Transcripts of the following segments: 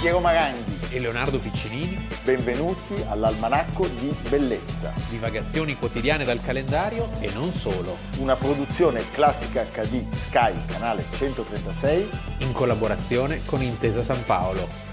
Piero Maranghi e Leonardo Piccinini. Benvenuti all'Almanacco di Bellezza. Divagazioni quotidiane dal calendario e non solo. Una produzione Classica HD Sky, canale 136. In collaborazione con Intesa San Paolo.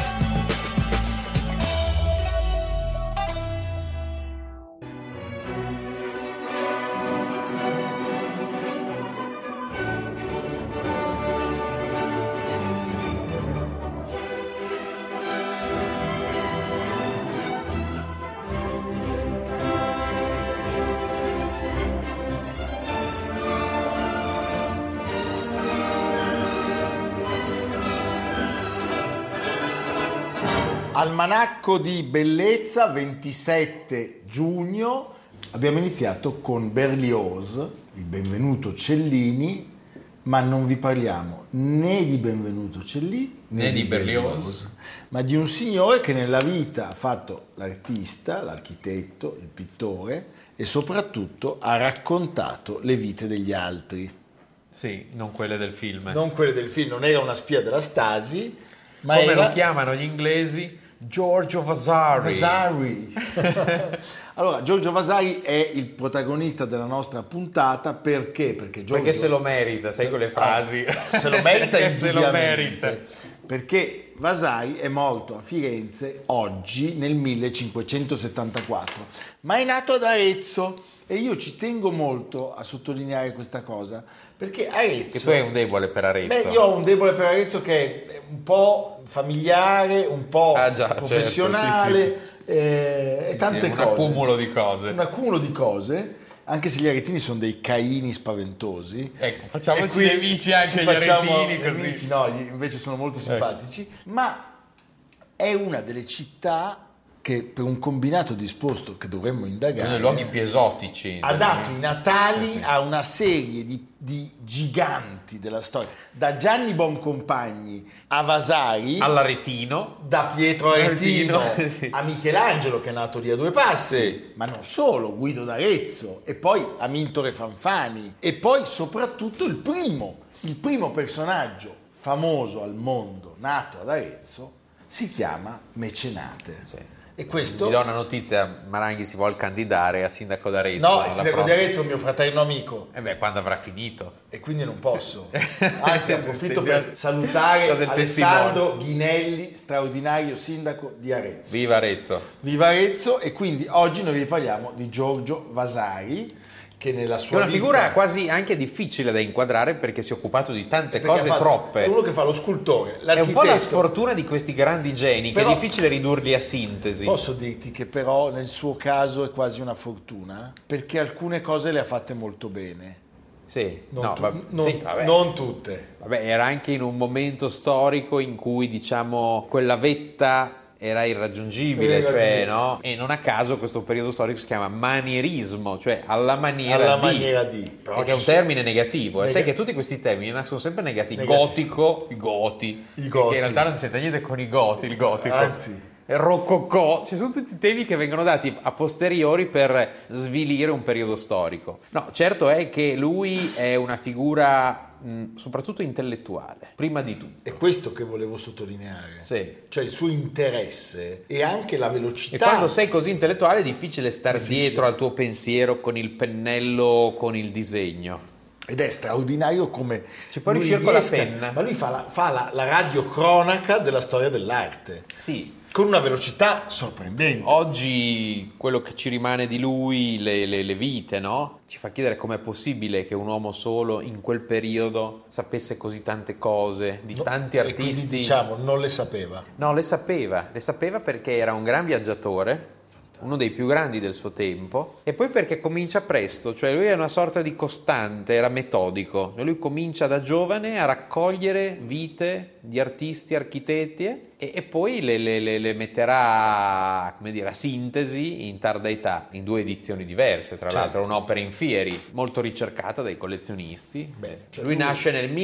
Almanacco di Bellezza, 27 giugno. Abbiamo iniziato con Berlioz, il Benvenuto Cellini, ma non vi parliamo né di Benvenuto Cellini né di Berlioz, ma di un signore che nella vita ha fatto l'artista, l'architetto, il pittore e soprattutto ha raccontato le vite degli altri. Sì, non quelle del film. Non quelle del film, non era una spia della Stasi, ma come era... lo chiamano gli inglesi? Giorgio Vasari. Allora, Giorgio Vasari è il protagonista della nostra puntata perché Giorgio... Perché se lo merita, sai quelle frasi. Se lo merita se lo merita. Perché Vasari è morto a Firenze oggi nel 1574, ma è nato ad Arezzo e io ci tengo molto a sottolineare questa cosa perché Arezzo... Che tu hai un debole per Arezzo. Beh, io ho un debole per Arezzo che è un po' familiare, un po' professionale, certo, sì. E tante cose. Un accumulo di cose. Un accumulo di cose, anche se gli aretini sono dei Caini spaventosi. Ecco, facciamoci nemici anche gli aretini così. Nemici, no, invece sono molto simpatici, ma è una delle città che per un combinato disposto che dovremmo indagare, uno dei luoghi più esotici, ha dato i natali a una serie di giganti della storia, da Gianni Boncompagni a Vasari, all'Aretino, da Pietro Aretino sì. a Michelangelo che è nato lì a due passi, ma non solo, Guido d'Arezzo e poi Amintore Fanfani e poi soprattutto il primo personaggio famoso al mondo nato ad Arezzo si chiama Mecenate. Sì. E questo... Vi do una notizia, Maranghi si vuole candidare a sindaco d'Arezzo. No, il sindaco di Arezzo è un mio fratello amico. E beh, quando avrà finito? E quindi non posso. Anzi, approfitto per salutare Alessandro Ghinelli, straordinario sindaco di Arezzo. Viva Arezzo! Viva Arezzo! E quindi oggi noi vi parliamo di Giorgio Vasari, che nella sua è una vita... figura quasi anche difficile da inquadrare perché si è occupato di tante cose troppe. È uno che fa lo scultore, l'architetto. È un po' la sfortuna di questi grandi geni, però, che è difficile ridurli a sintesi. Posso dirti che però nel suo caso è quasi una fortuna, perché alcune cose le ha fatte molto bene. Sì, non tutte. Vabbè, era anche in un momento storico in cui, diciamo, quella vetta era irraggiungibile, cioè, no? E non a caso questo periodo storico si chiama manierismo, cioè alla maniera di. Però che è un termine negativo. Sai che tutti questi termini nascono sempre negativi. Gotico, i goti. Che in realtà non c'entra niente con il gotico. Anzi. Rococò, ci sono tutti temi che vengono dati a posteriori per svilire un periodo storico. No, certo è che lui è una figura soprattutto intellettuale, prima di tutto. È questo che volevo sottolineare. Sì. Cioè il suo interesse e anche la velocità. E quando sei così intellettuale è difficile stare dietro al tuo pensiero con il pennello, con il disegno. Ed è straordinario come ci puoi riuscire con la penna. Ma lui fa la radiocronaca della storia dell'arte. Sì. Con una velocità sorprendente. Oggi quello che ci rimane di lui, le vite, no? Ci fa chiedere com'è possibile che un uomo solo in quel periodo sapesse così tante cose, di tanti artisti. E quindi diciamo, non le sapeva. No, le sapeva perché era un gran viaggiatore, uno dei più grandi del suo tempo, e poi perché comincia presto, cioè lui è una sorta di costante, era metodico, lui comincia da giovane a raccogliere vite di artisti, architetti e poi le metterà, come dire, a sintesi in tarda età, in 2 edizioni diverse, tra l'altro, un'opera in fieri, molto ricercata dai collezionisti. Lui nasce nel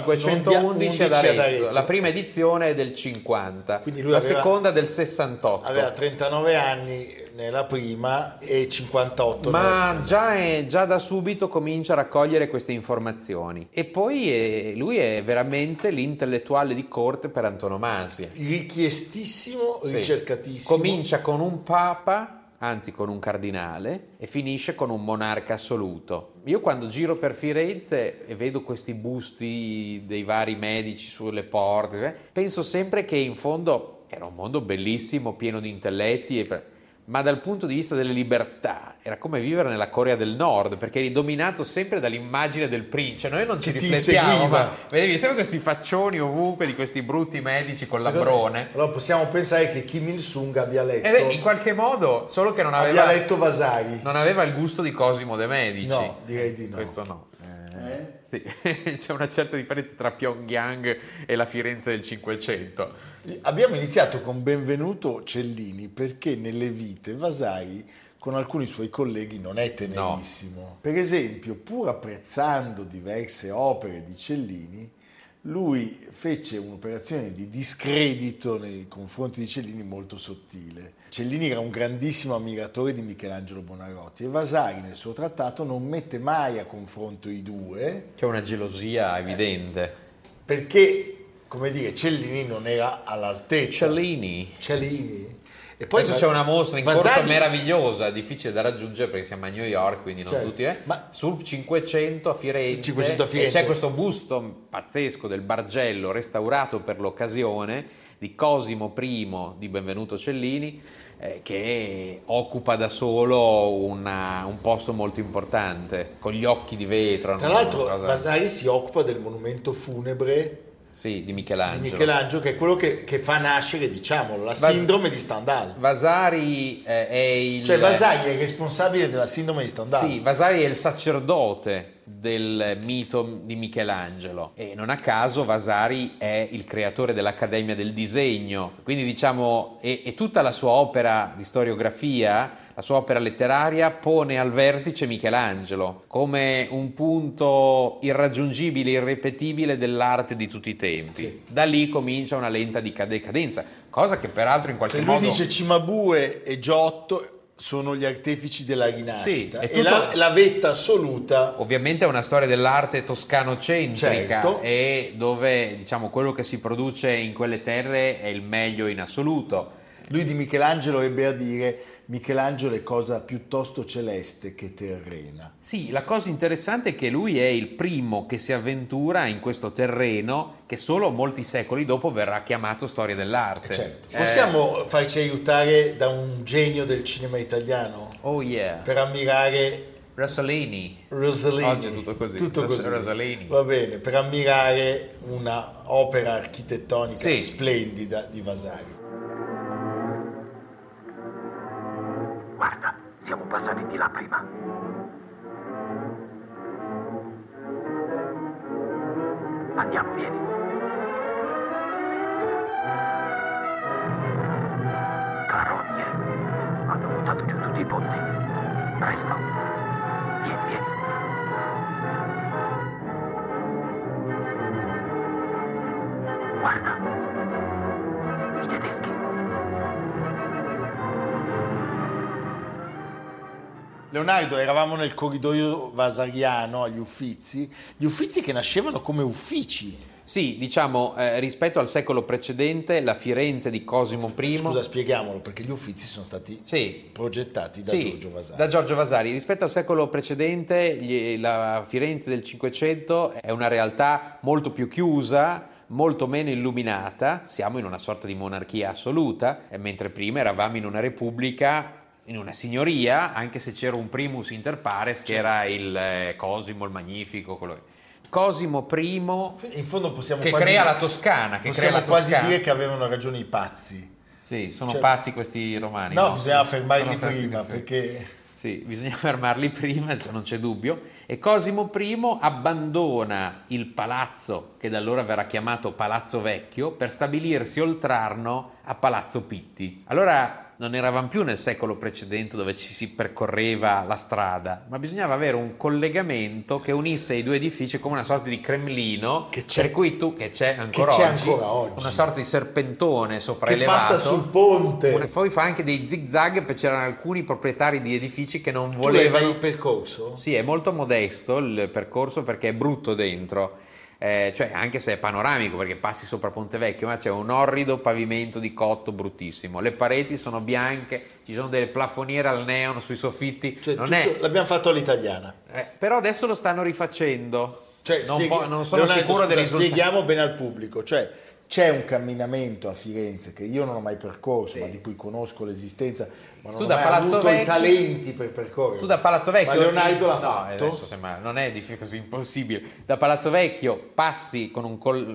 1511 ad Arezzo, la prima edizione è del 50, quindi lui la seconda del 68. Aveva 39 anni, nella prima e 58 nella Ma seconda. già da subito comincia a raccogliere queste informazioni. E poi lui è veramente l'intellettuale di corte per antonomasia. Richiestissimo, Sì. ricercatissimo. Comincia con un papa, anzi con un cardinale, e finisce con un monarca assoluto. Io quando giro per Firenze e vedo questi busti dei vari medici sulle porte, penso sempre che in fondo era un mondo bellissimo, pieno di intelletti, ma dal punto di vista delle libertà era come vivere nella Corea del Nord, perché eri dominato sempre dall'immagine del principe. Noi non ci Che ti riflettiamo, seguiva. ma vedevi sempre questi faccioni ovunque di questi brutti medici con l'ambrone. Allora possiamo pensare che Kim Il-sung abbia letto, In qualche modo, solo che non aveva, abbia letto Vasari. non aveva il gusto di Cosimo De Medici. No, direi di no. Questo no. Sì. C'è una certa differenza tra Pyongyang e la Firenze del Cinquecento. Abbiamo iniziato con Benvenuto Cellini perché nelle vite Vasari con alcuni suoi colleghi non è tenerissimo. No. Per esempio, pur apprezzando diverse opere di Cellini, lui fece un'operazione di discredito nei confronti di Cellini molto sottile. Cellini era un grandissimo ammiratore di Michelangelo Buonarroti e Vasari nel suo trattato non mette mai a confronto i due C'è una gelosia evidente. perché, come dire, Cellini non era all'altezza. Cellini. E poi Adesso c'è una mostra in corso Vasari- meravigliosa, difficile da raggiungere perché siamo a New York, quindi non Certo, tutti. ma- Sul 500 a Firenze, Il 500 a Firenze. e c'è questo busto pazzesco del Bargello restaurato per l'occasione di Cosimo I di Benvenuto Cellini, che occupa da solo un posto molto importante, con gli occhi di vetro. Tra no? l'altro Una cosa- Vasari si occupa del monumento funebre Sì, di di Michelangelo. Michelangelo, che è quello che fa nascere, diciamolo, la Vas- sindrome di Stendhal. Vasari è il... Cioè Vasari è responsabile della sindrome di Stendhal. Sì, Vasari è il sacerdote del mito di Michelangelo e non a caso Vasari è il creatore dell'Accademia del Disegno, quindi diciamo e tutta la sua opera di storiografia, la sua opera letteraria pone al vertice Michelangelo come un punto irraggiungibile, irripetibile dell'arte di tutti i tempi. Sì. Da lì comincia una lenta decadenza, cosa che peraltro in qualche Se lui modo... dice Cimabue e Giotto sono gli artefici della rinascita Sì, è e la vetta assoluta. Ovviamente è una storia dell'arte toscano-centrica, Certo. e dove diciamo quello che si produce in quelle terre è il meglio in assoluto. Lui di Michelangelo ebbe a dire: Michelangelo è cosa piuttosto celeste che terrena. Sì, la cosa interessante è che lui è il primo che si avventura in questo terreno che solo molti secoli dopo verrà chiamato storia dell'arte. Certo. Possiamo farci aiutare da un genio del cinema italiano Oh yeah, per ammirare Rossellini. Rossellini. Oggi è tutto così. Rossellini. Va bene, per ammirare una opera architettonica Sì. splendida di Vasari. Guarda, siamo passati di là prima. Andiamo, vieni. Carogne. Hanno buttato giù tutti i ponti. Presto. Vieni. Guarda. I tedeschi. Leonardo, eravamo nel corridoio vasariano agli Uffizi, gli Uffizi che nascevano come uffici. Sì, diciamo, rispetto al secolo precedente, la Firenze di Cosimo I... Scusa, spieghiamolo, perché gli Uffizi sono stati Sì, progettati da sì, Giorgio Vasari. da Giorgio Vasari. Rispetto al secolo precedente, la Firenze del Cinquecento è una realtà molto più chiusa, molto meno illuminata. Siamo in una sorta di monarchia assoluta, mentre prima eravamo in una repubblica, in una signoria, anche se c'era un primus inter pares che era il Cosimo il Magnifico, Cosimo I In fondo possiamo che quasi, crea la Toscana, possiamo quasi dire che avevano ragione i pazzi. Sì, sono Cioè- pazzi questi romani. No, bisognava fermarli Sono pazzi, prima, sì. perché Sì, bisogna fermarli prima, non c'è dubbio. E Cosimo I abbandona il palazzo, che da allora verrà chiamato Palazzo Vecchio, per stabilirsi oltrarno a Palazzo Pitti. Allora, non eravamo più nel secolo precedente dove ci si percorreva la strada, ma bisognava avere un collegamento che unisse i due edifici come una sorta di Cremlino, Che c'è. per cui che c'è ancora oggi, una sorta di serpentone sopraelevato. Che passa sul ponte. Poi fa anche dei zigzag perché c'erano alcuni proprietari di edifici che non Tu l'hai volevano. mai percorso? Sì, è molto modesto il percorso perché è brutto dentro. Cioè anche se è panoramico perché passi sopra Ponte Vecchio, ma c'è un orrido pavimento di cotto bruttissimo, le pareti sono bianche, ci sono delle plafoniere al neon sui soffitti, Cioè, non tutto l'abbiamo fatto all'italiana. però adesso lo stanno rifacendo, Cioè, non sono Leonardo, sicuro del scusa, risultato. spieghiamo bene al pubblico, cioè c'è un camminamento a Firenze che io non ho mai percorso, ma di cui conosco l'esistenza, ma non Tu ho da mai Palazzo avuto i Vecchio- talenti per percorrere. Tu da Palazzo Vecchio, ma Leonardo l'ha no, fatto? adesso sembra, non è così impossibile. Da Palazzo Vecchio passi con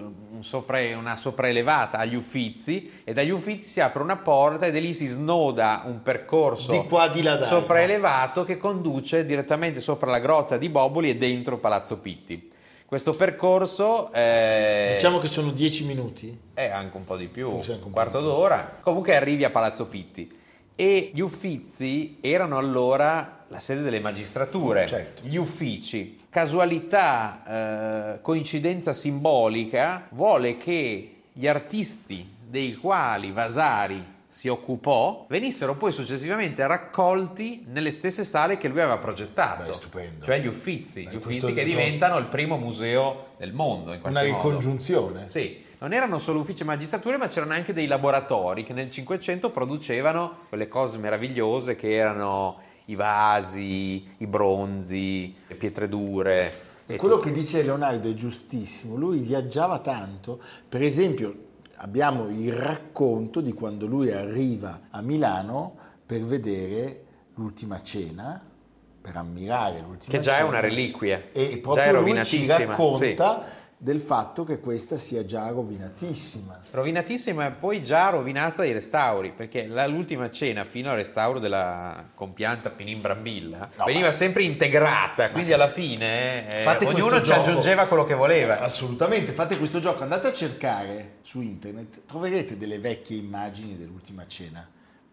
una sopraelevata agli Uffizi e dagli Uffizi si apre una porta ed è lì si snoda un percorso Di qua di là dai, sopraelevato che conduce direttamente sopra la grotta di Boboli e dentro Palazzo Pitti. Questo percorso Diciamo che sono 10 minuti. è anche un po' di più, Forse anche un un quarto po' di più. d'ora. Comunque arrivi a Palazzo Pitti e gli Uffizi erano allora la sede delle magistrature. Certo. Gli uffici, casualità, coincidenza simbolica, vuole che gli artisti dei quali Vasari si occupò venissero poi successivamente raccolti nelle stesse sale che lui aveva progettato. Beh, stupendo. Cioè gli Uffizi, questo che è diventano il primo museo del mondo in Una qualche modo. ricongiunzione. Sì, non erano solo uffici e magistrature, ma c'erano anche dei laboratori che nel Cinquecento producevano quelle cose meravigliose che erano i vasi, i bronzi, le pietre dure. E quello che dice Leonardo è giustissimo, lui viaggiava tanto, per esempio abbiamo il racconto di quando lui arriva a Milano per vedere l'Ultima Cena, per ammirare l'Ultima Che già Cena. è una reliquia, E già è proprio lui ci rovinatissima, racconta del fatto che questa sia già rovinatissima. Rovinatissima e poi già rovinata dai restauri, perché l'Ultima Cena fino al restauro della compianta Pinin Brambilla veniva sempre integrata, quindi alla fine Fate ognuno questo ci gioco. aggiungeva quello che voleva. Assolutamente, fate questo gioco, andate a cercare su internet, troverete delle vecchie immagini dell'Ultima Cena.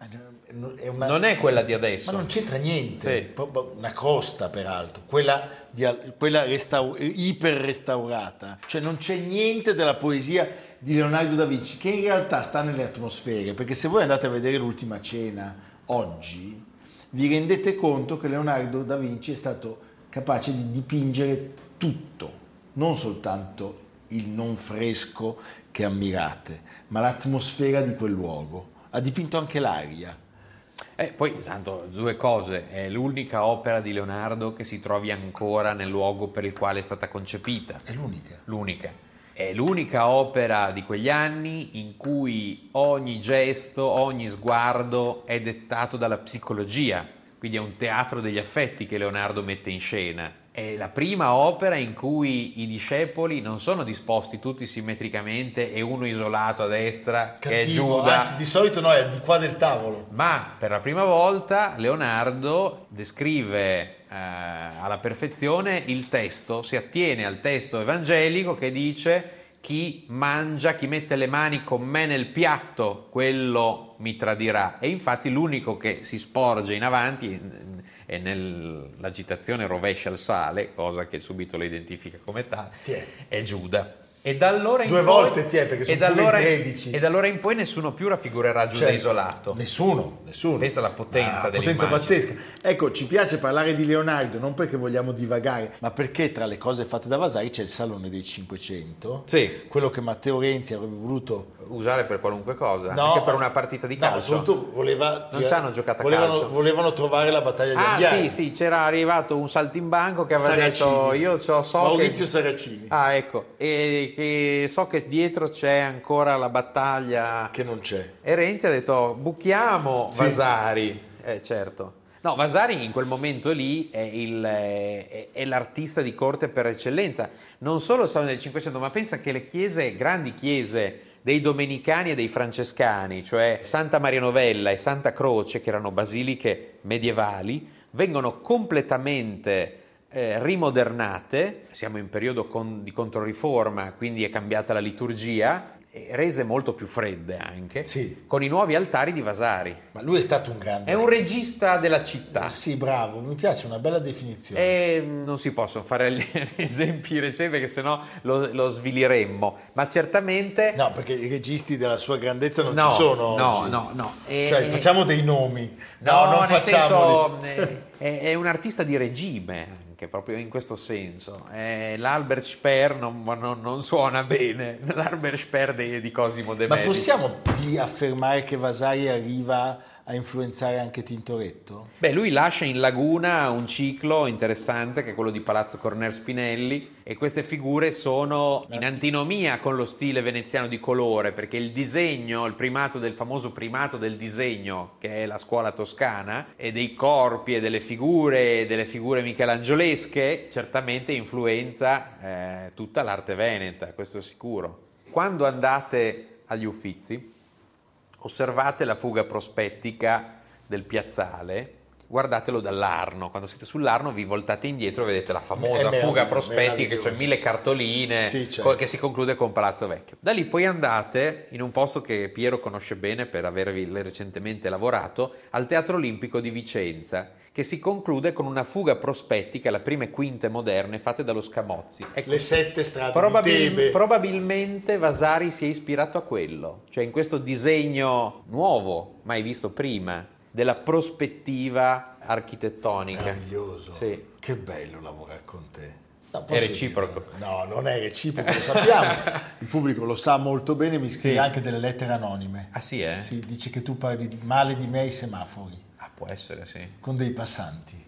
Non è quella di adesso. Ma non c'entra niente, Sì. proprio una crosta peraltro, quella iper restaurata, cioè non c'è niente della poesia di Leonardo da Vinci che in realtà sta nelle atmosfere, perché se voi andate a vedere l'Ultima Cena oggi vi rendete conto che Leonardo da Vinci è stato capace di dipingere tutto, non soltanto il non fresco che ammirate, ma l'atmosfera di quel luogo. Ha dipinto anche l'aria. Poi, tanto, due cose, è l'unica opera di Leonardo che si trovi ancora nel luogo per il quale è stata concepita. È l'unica. L'unica. È l'unica opera di quegli anni in cui ogni gesto, ogni sguardo è dettato dalla psicologia, quindi è un teatro degli affetti che Leonardo mette in scena. È la prima opera in cui i discepoli non sono disposti tutti simmetricamente e uno isolato a destra che è Cattivo, Giuda. anzi di solito no, è di qua del tavolo. Ma per la prima volta Leonardo descrive alla perfezione il testo, si attiene al testo evangelico che dice: chi mangia, chi mette le mani con me nel piatto, quello mi tradirà. E infatti l'unico che si sporge in avanti e nell'agitazione rovescia il sale, cosa che subito lo identifica come tale, è Giuda. E da allora in Due poi, volte perché sono e da pure allora, 13. e da allora in poi nessuno più raffigurerà Giuda Certo, isolato. Nessuno. Pensa alla potenza potenza dell'immagine. pazzesca. Ecco, ci piace parlare di Leonardo non perché vogliamo divagare, ma perché tra le cose fatte da Vasari c'è il Salone dei 500, Sì. quello che Matteo Renzi avrebbe voluto Usare per qualunque cosa, No, anche per una partita di no, calcio. soprattutto Non ci hanno giocato a calcio. volevano trovare la battaglia di Ah Anghiari. sì, c'era arrivato un saltimbanco che aveva Saracini. detto io so Maurizio che... Saracini, Ah ecco, e che so che dietro c'è ancora la battaglia. che non c'è. E Renzi ha detto buchiamo Sì. Vasari. Certo. No, Vasari in quel momento lì è l'artista di corte per eccellenza. Non solo il Salone del 500, ma pensa che le chiese, grandi chiese dei Domenicani e dei Francescani, cioè Santa Maria Novella e Santa Croce, che erano basiliche medievali, vengono completamente rimodernate. Siamo in periodo di Controriforma, quindi è cambiata la liturgia rese molto più fredde anche, Sì. con i nuovi altari di Vasari. Ma lui è stato un grande... È un regista della città. Sì, bravo, mi piace, una bella definizione. E non si possono fare gli esempi recenti perché sennò lo sviliremmo, ma certamente... No, perché i registi della sua grandezza non No, ci sono no, oggi. no. Cioè, facciamo dei nomi. No, non nel facciamoli. senso, è un artista di regime, anche proprio in questo senso. L'Albert Speer non suona bene, l'Albert Speer di Cosimo De Ma Medici. possiamo affermare che Vasari arriva a influenzare anche Tintoretto? Beh, lui lascia in laguna un ciclo interessante che è quello di Palazzo Corner Spinelli, e queste figure sono in antinomia con lo stile veneziano di colore, perché il disegno, il famoso primato del disegno, che è la scuola toscana, e dei corpi e delle figure michelangiolesche, certamente influenza tutta l'arte veneta, questo è sicuro. Quando andate agli Uffizi, osservate la fuga prospettica del piazzale, guardatelo dall'Arno. Quando siete sull'Arno vi voltate indietro e vedete la famosa fuga prospettica, cioè 1000 cartoline, sì, certo. che si conclude con Palazzo Vecchio. Da lì poi andate in un posto che Piero conosce bene per avervi recentemente lavorato, al Teatro Olimpico di Vicenza, che si conclude con una fuga prospettica, le prime quinte moderne fatte dallo Scamozzi. Ecco, Le 7 strade di Tebe. Probabilmente Vasari si è ispirato a quello, cioè in questo disegno nuovo, mai visto prima, della prospettiva architettonica. Meraviglioso. Sì. Che bello lavorare con te. No, È reciproco. No, non è reciproco, lo sappiamo. Il pubblico lo sa molto bene, mi scrive anche delle lettere anonime. Ah sì, eh? Sì, dice che tu parli male di me ai semafori, Ah, può essere, sì. con dei passanti.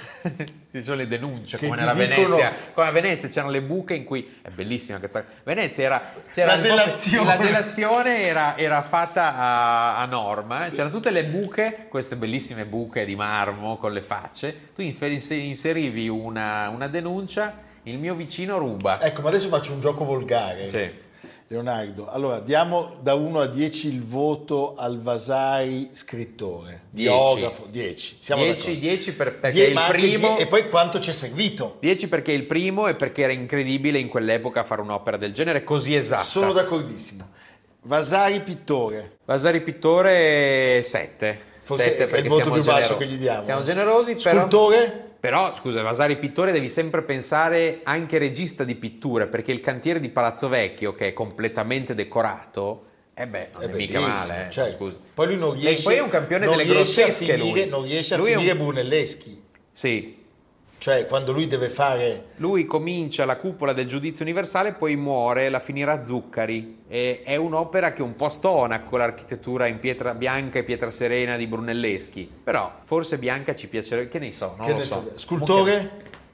Ci sono le denunce, Che come ti nella dicono- Venezia. Come a Venezia c'erano le buche in cui... È bellissima questa... Venezia c'era La un po'- delazione. La delazione era fatta a norma. C'erano tutte le buche, queste bellissime buche di marmo con le facce. Tu inserivi una denuncia, il mio vicino ruba. Ecco, ma adesso faccio un gioco volgare. Sì. Leonardo, allora diamo da 1 a 10 il voto al Vasari scrittore, 10. biografo, 10. Siamo 10 d'accordo. perché Die- è il ma anche primo... e poi quanto ci è servito? 10 perché è il primo e perché era incredibile in quell'epoca fare un'opera del genere così esatta. Sono d'accordissimo. Vasari pittore, Vasari pittore 7. forse 7 è il voto più basso che gli diamo. Siamo generosi, però... Scultore? Però, scusa, Vasari pittore devi sempre pensare anche regista di pitture, perché il cantiere di Palazzo Vecchio, che è completamente decorato, non è mica bellissimo, male. certo. Scusa. Poi lui non riesce, E poi è un campione non delle riesce a grottesche, finire, lui. non riesce a Lui è un- finire Brunelleschi. Sì. Cioè, quando lui deve fare... Lui comincia la cupola del giudizio universale, poi muore, la finirà Zuccari. E è un'opera che un po' stona con l'architettura in pietra bianca e pietra serena di Brunelleschi. Però forse bianca ci piacerebbe, che ne so, non che lo ne so. so. Scultore?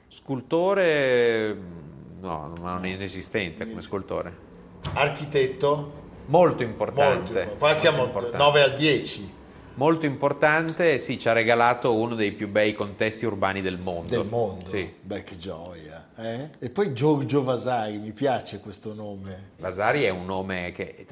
Scultore, no, non è inesistente come scultore. Architetto? Molto importante. Qua molto siamo importante. 9 al 10 Molto importante, sì, ci ha regalato uno dei più bei contesti urbani del mondo. del mondo. Sì. Beh, che gioia. E poi Giorgio Vasari, mi piace questo nome. Vasari è un nome che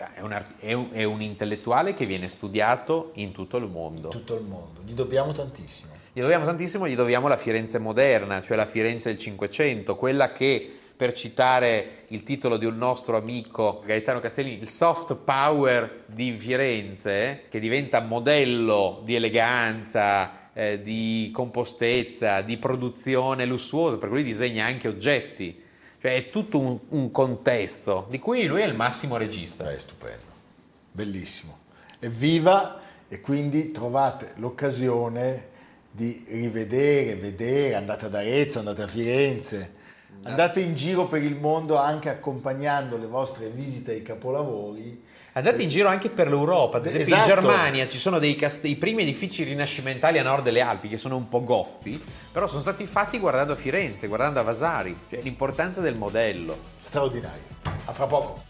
è un intellettuale che viene studiato in tutto il mondo. Tutto il mondo. Gli dobbiamo tantissimo. Gli dobbiamo tantissimo, gli dobbiamo la Firenze moderna, cioè la Firenze del Cinquecento, quella che, per citare il titolo di un nostro amico Gaetano Castellini, il soft power di Firenze, che diventa modello di eleganza, di compostezza, di produzione lussuosa, per cui lui disegna anche oggetti, cioè è tutto un contesto di cui lui è il massimo regista. È stupendo, bellissimo. Evviva, e quindi trovate l'occasione di vedere, andate ad Arezzo, andate a Firenze, andate in giro per il mondo anche accompagnando le vostre visite ai capolavori. Andate in giro anche per l'Europa, ad esempio Esatto. in Germania ci sono i primi edifici rinascimentali a nord delle Alpi che sono un po' goffi, però sono stati fatti guardando a Firenze, guardando a Vasari, cioè l'importanza del modello. Straordinario. A fra poco.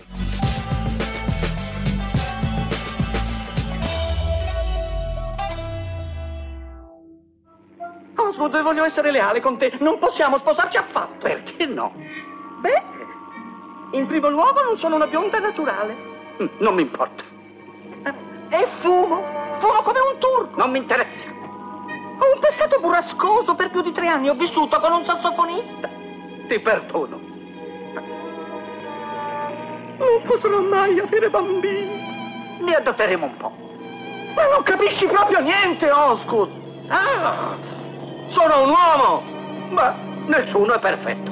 Oswald, voglio essere leale con te. Non possiamo sposarci affatto. Perché no? Beh, in primo luogo non sono una bionda naturale. Non mi importa. E fumo come un turco. Non mi interessa. Ho un passato burrascoso, per più di 3 anni ho vissuto con un sassofonista. Ti perdono. Non potrò mai avere bambini. Ne adotteremo un po'. Ma non capisci proprio niente, Osgood. Ah, sono un uomo, ma nessuno è perfetto.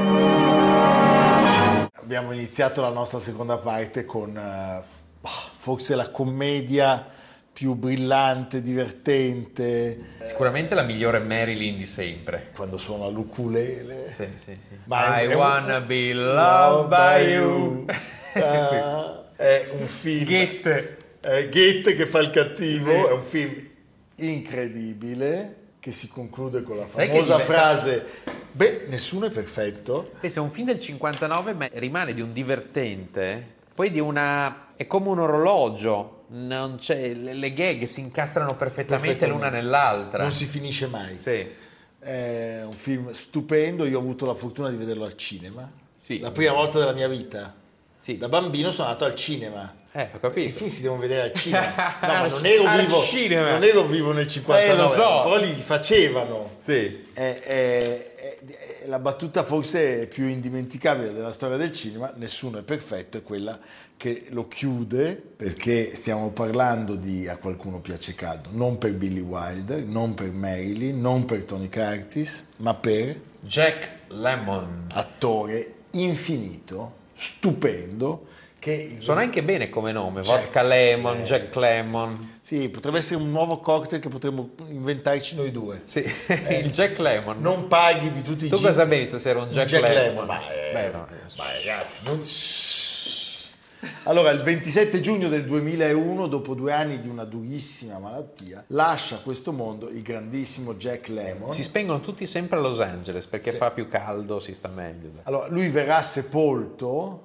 Abbiamo iniziato la nostra seconda parte con forse la commedia più brillante, divertente. Sicuramente la migliore Marilyn di sempre. Quando suona l'ukulele. Sì. Ma I wanna be loved by you. È un film. Goethe che fa il cattivo. Sì. È un film incredibile che si conclude con la Sai che famosa frase: beh, nessuno è perfetto. Se è un film del 59, ma rimane di un divertente, poi di una... è come un orologio, non c'è, le gag si incastrano perfettamente l'una nell'altra. Non si finisce mai. Sì. È un film stupendo, io ho avuto la fortuna di vederlo al cinema. Sì. La prima volta della mia vita. Sì. Da bambino sono andato al cinema. Ho capito. I film si devono vedere al cinema. No, ma non ero Al vivo. cinema. Non ero vivo nel 59, lo so. però li facevano. Sì. La battuta forse più indimenticabile della storia del cinema, nessuno è perfetto, è quella che lo chiude, perché stiamo parlando di A qualcuno piace caldo, non per Billy Wilder, non per Marilyn, non per Tony Curtis, ma per Jack Lemmon. attore infinito, stupendo, che Suona anche bene come nome, Vodka Lemon, Jack Lemmon. sì, potrebbe essere un nuovo cocktail che potremmo inventarci noi due. Sì, il Jack Lemmon. Non paghi di tutti i Tu gin. cosa bevi stasera? Un Jack Lemmon? Ma no. ragazzi, Allora, il 27 giugno del 2001, dopo 2 anni di una durissima malattia, lascia questo mondo il grandissimo Jack Lemmon. Si spengono tutti sempre a Los Angeles perché fa più caldo, si sta meglio. Allora, lui verrà sepolto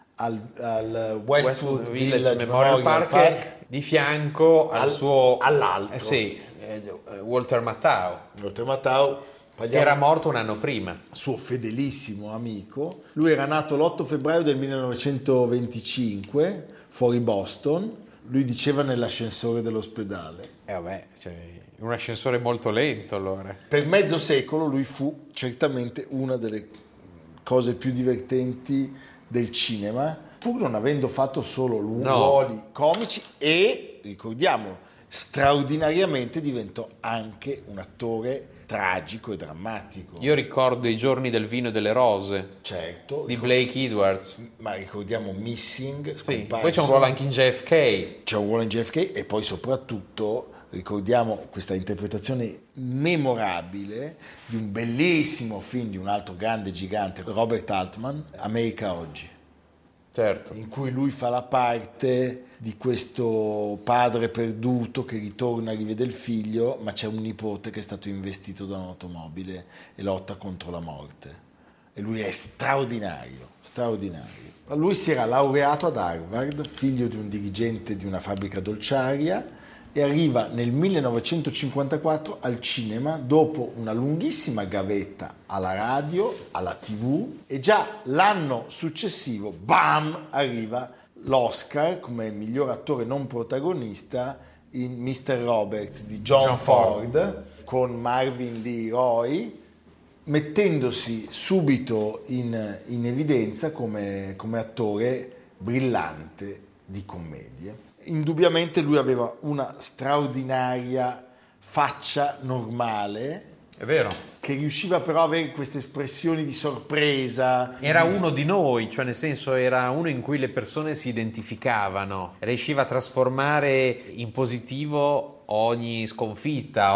al Westwood Village Memorial Park, di fianco al suo... all'altro. Walter Matthau, Walter Matthau, che era morto un anno prima. suo fedelissimo amico. Lui era nato l'8 febbraio del 1925 fuori Boston. Lui diceva nell'ascensore dell'ospedale. Un ascensore molto lento allora. Per mezzo secolo lui fu certamente una delle cose più divertenti del cinema, pur non avendo fatto solo ruoli comici, e, ricordiamolo, straordinariamente diventò anche un attore tragico e drammatico. Io ricordo I giorni del vino e delle rose, Certo. di Blake Edwards. Ma ricordiamo Missing, Sì. scomparso. Poi c'è un ruolo anche in JFK. C'è un ruolo in JFK, e poi soprattutto ricordiamo questa interpretazione memorabile di un bellissimo film di un altro grande gigante, Robert Altman, America Oggi, Certo. in cui lui fa la parte di questo padre perduto che ritorna, rivede il figlio, ma c'è un nipote che è stato investito da un'automobile e lotta contro la morte. E lui è straordinario. Lui si era laureato ad Harvard, figlio di un dirigente di una fabbrica dolciaria, e arriva nel 1954 al cinema dopo una lunghissima gavetta alla radio, alla TV, e già l'anno successivo, bam, arriva l'Oscar come miglior attore non protagonista in Mr. Roberts di John Ford con Marvin Lee Roy, mettendosi subito in evidenza come attore brillante di commedie. Indubbiamente lui aveva una straordinaria faccia normale, È vero. che riusciva però a avere queste espressioni di sorpresa. Era uno di noi, cioè nel senso era uno in cui le persone si identificavano, riusciva a trasformare in positivo ogni sconfitta,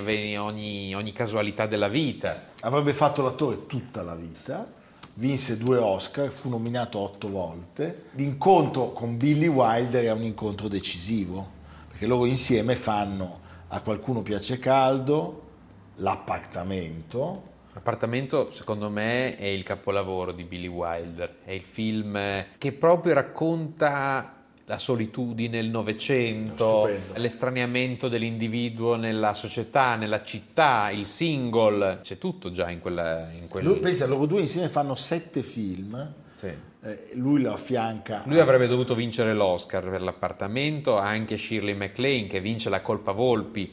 ogni casualità della vita. Avrebbe fatto l'attore tutta la vita, vinse 2 Oscar, fu nominato 8 volte. L'incontro con Billy Wilder è un incontro decisivo, perché loro insieme fanno A qualcuno piace caldo, L'appartamento. L'appartamento, secondo me, è il capolavoro di Billy Wilder. È il film che proprio racconta la solitudine, il Novecento, Stupendo. l'estraniamento dell'individuo nella società, nella città, il single. C'è tutto già in quel... Lui, pensa, loro due insieme fanno 7 film. Sì. Lui lo affianca. Lui avrebbe dovuto vincere l'Oscar per L'appartamento, anche Shirley MacLaine che vince La colpa Volpi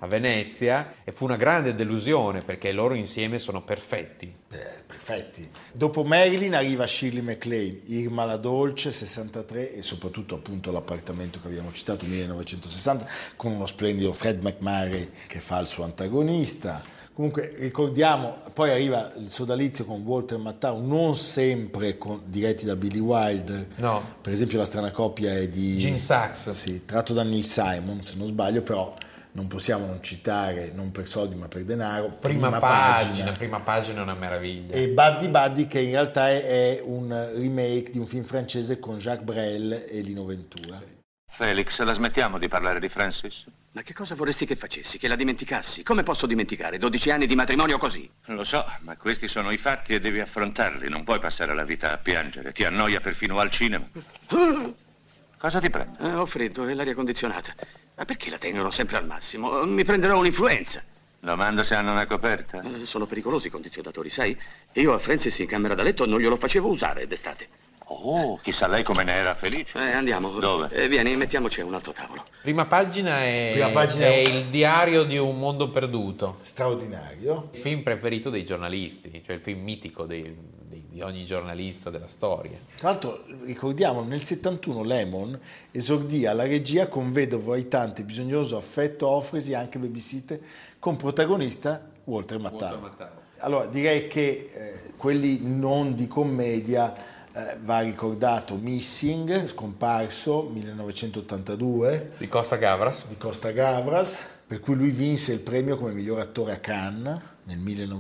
a Venezia e fu una grande delusione perché loro insieme sono perfetti. Perfetti. Dopo Marilyn arriva Shirley MacLaine, Irma la Dolce, 63, e soprattutto appunto l'appartamento che abbiamo citato, 1960, con uno splendido Fred MacMurray che fa il suo antagonista. Comunque ricordiamo, poi arriva il sodalizio con Walter Matthau, non sempre diretti da Billy Wilder. No. Per esempio La strana coppia è di Gene Sachs. Sì, tratto da Neil Simon, se non sbaglio, però non possiamo non citare Non per soldi ma per denaro. Prima pagina è una meraviglia. E Buddy Buddy, che in realtà è un remake di un film francese con Jacques Brel e Lino Ventura. Sì. Felix, la smettiamo di parlare di Francis? Ma che cosa vorresti che facessi? Che la dimenticassi? Come posso dimenticare 12 anni di matrimonio così? Lo so, ma questi sono i fatti e devi affrontarli. Non puoi passare la vita a piangere. Ti annoia perfino al cinema. Cosa ti prende? Ho freddo e l'aria condizionata. Ma perché la tengono sempre al massimo? Mi prenderò un'influenza. Domanda se hanno una coperta. Sono pericolosi i condizionatori, sai? Io a Francis in camera da letto non glielo facevo usare d'estate. Oh, chissà lei come ne era felice. Andiamo. Dove? Vieni, mettiamoci a un altro tavolo. Prima pagina è il diario di un mondo perduto. Straordinario. Il film preferito dei giornalisti, cioè il film mitico di ogni giornalista della storia. Tra l'altro ricordiamo, nel 71 Lemon esordì alla regia con Vedovo, Aitante, Bisognoso, Affetto, Offresi, anche Babysitter, con protagonista Walter Matthau. Allora direi che quelli non di commedia, va ricordato Missing, scomparso 1982 di Costa Gavras, per cui lui vinse il premio come miglior attore a Cannes nel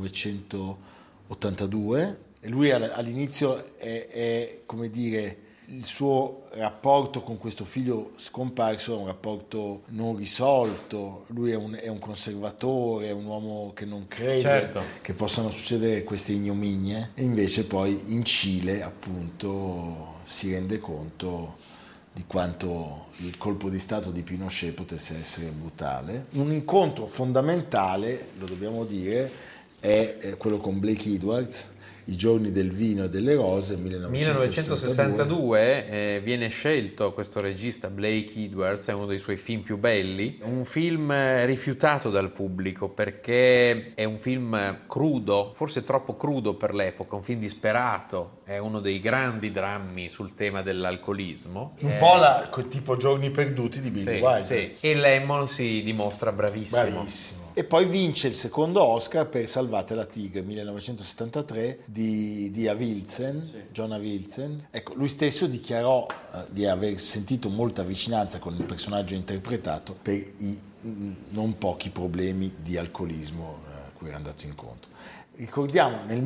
1982, e lui all'inizio è come dire, il suo rapporto con questo figlio scomparso è un rapporto non risolto. Lui è un conservatore, è un uomo che non crede, certo, che possano succedere queste ignominie, e invece poi in Cile appunto si rende conto di quanto il colpo di stato di Pinochet potesse essere brutale. Un incontro fondamentale, lo dobbiamo dire, è quello con Blake Edwards, I giorni del vino e delle rose, 1962 viene scelto questo regista Blake Edwards, è uno dei suoi film più belli, un film rifiutato dal pubblico perché è un film crudo, forse troppo crudo per l'epoca, un film disperato, è uno dei grandi drammi sul tema dell'alcolismo. Un po' tipo Giorni perduti di Billy Wilder. Sì. E Lemon si dimostra bravissimo. E poi vince il secondo Oscar per Salvate la tigre, 1973, di Avildsen, sì. John Avildsen. Ecco, lui stesso dichiarò di aver sentito molta vicinanza con il personaggio interpretato per i non pochi problemi di alcolismo a cui era andato incontro. Ricordiamo, nel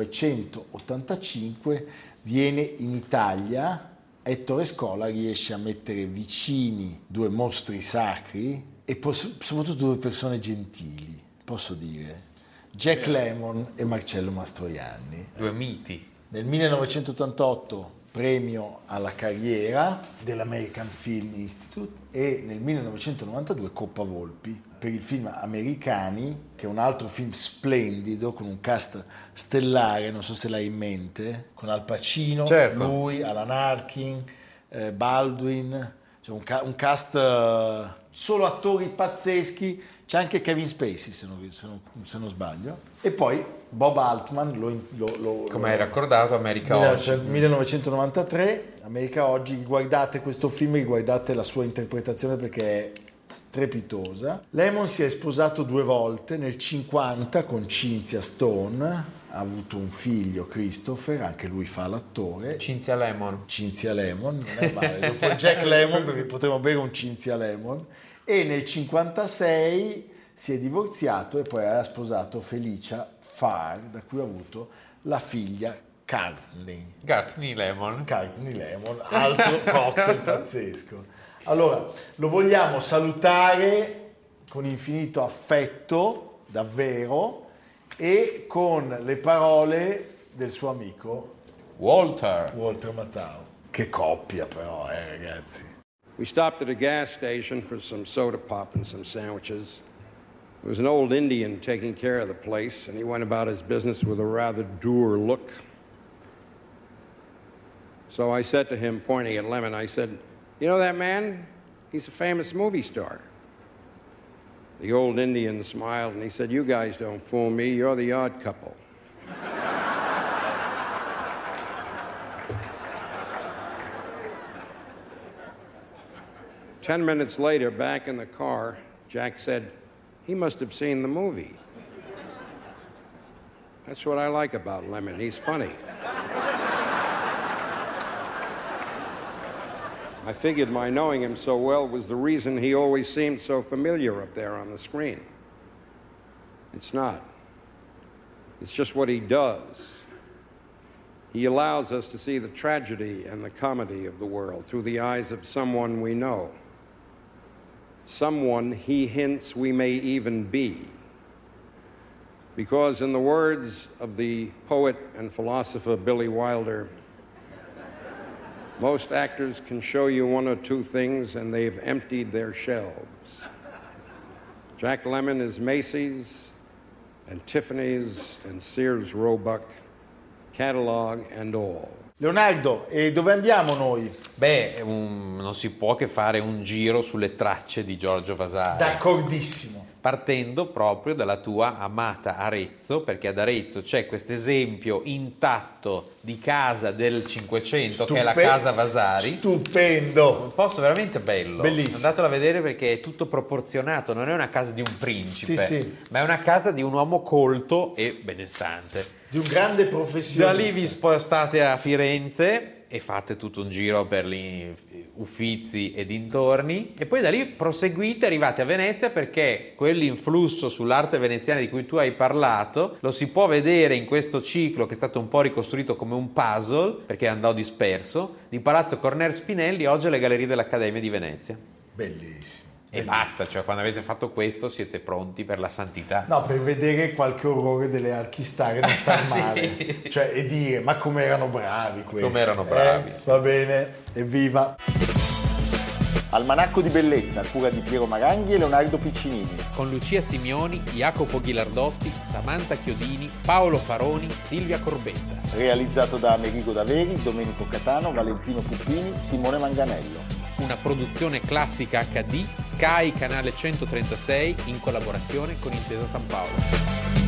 1985 viene in Italia, Ettore Scola riesce a mettere vicini due mostri sacri e soprattutto due persone gentili, posso dire, Jack Lemmon e Marcello Mastroianni. Due miti. Nel 1988 premio alla carriera dell'American Film Institute e nel 1992 Coppa Volpi per il film Americani, che è un altro film splendido con un cast stellare, non so se l'hai in mente, con Al Pacino, certo, lui, Alan Arkin, Baldwin, cioè un cast solo attori pazzeschi, c'è anche Kevin Spacey se non sbaglio, e poi Bob Altman come hai raccordato, America Oggi, 1993, America Oggi. Guardate questo film, riguardate la sua interpretazione perché è strepitosa. Lemon si è sposato 2 volte, nel 50 con Cynthia Stone, ha avuto un figlio, Christopher, anche lui fa l'attore. Cynthia Lemon, non è male, dopo Jack Lemmon perché potremmo bere un Cynthia Lemon. E nel 56 si è divorziato e poi ha sposato Felicia Farr, da cui ha avuto la figlia Courtney Lemon, altro cocktail pazzesco. Allora, lo vogliamo salutare con infinito affetto, davvero, e con le parole del suo amico Walter Matthau. Che coppia però, ragazzi. We stopped at a gas station for some soda pop and some sandwiches. There was an old Indian taking care of the place, and he went about his business with a rather dour look. So I said to him, pointing at Lemon, I said, "You know that man? He's a famous movie star." The old Indian smiled and he said, "You guys don't fool me, you're the odd couple." Ten minutes later, back in the car, Jack said, "He must have seen the movie." That's what I like about Lemon, he's funny. I figured my knowing him so well was the reason he always seemed so familiar up there on the screen. It's not. It's just what he does. He allows us to see the tragedy and the comedy of the world through the eyes of someone we know. Someone he hints we may even be. Because in the words of the poet and philosopher Billy Wilder, most actors can show you one or two things and they've emptied their shelves. Jack Lemmon is Macy's and Tiffany's and Sears Roebuck, catalog and all. Leonardo, e dove andiamo noi? Beh, non si può che fare un giro sulle tracce di Giorgio Vasari. D'accordissimo. Partendo proprio dalla tua amata Arezzo, perché ad Arezzo c'è questo esempio intatto di casa del Cinquecento, che è la casa Vasari. Stupendo! Un posto veramente bello. Bellissimo. Andatelo a vedere perché è tutto proporzionato, non è una casa di un principe, Sì. ma è una casa di un uomo colto e benestante. Di un grande professionista. Da lì vi spostate a Firenze e fate tutto un giro per gli Uffizi e dintorni, e poi da lì proseguite, arrivate a Venezia, perché quell'influsso sull'arte veneziana di cui tu hai parlato lo si può vedere in questo ciclo che è stato un po' ricostruito come un puzzle, perché andò disperso, di Palazzo Corner Spinelli, oggi alle Gallerie dell'Accademia di Venezia. Bellissimo. E basta, cioè quando avete fatto questo siete pronti per la santità. No, per vedere qualche orrore delle archistar non star male. Cioè, e dire, ma come erano bravi questi. Come erano bravi. Sì. Va bene, evviva. Almanacco di bellezza, a cura di Piero Maranghi e Leonardo Piccinini. Con Lucia Simioni, Jacopo Ghilardotti, Samantha Chiodini, Paolo Faroni, Silvia Corbetta. Realizzato da Amerigo Daveri, Domenico Catano, Valentino Puppini, Simone Manganello. Una produzione classica HD, Sky Canale 136 in collaborazione con Intesa San Paolo.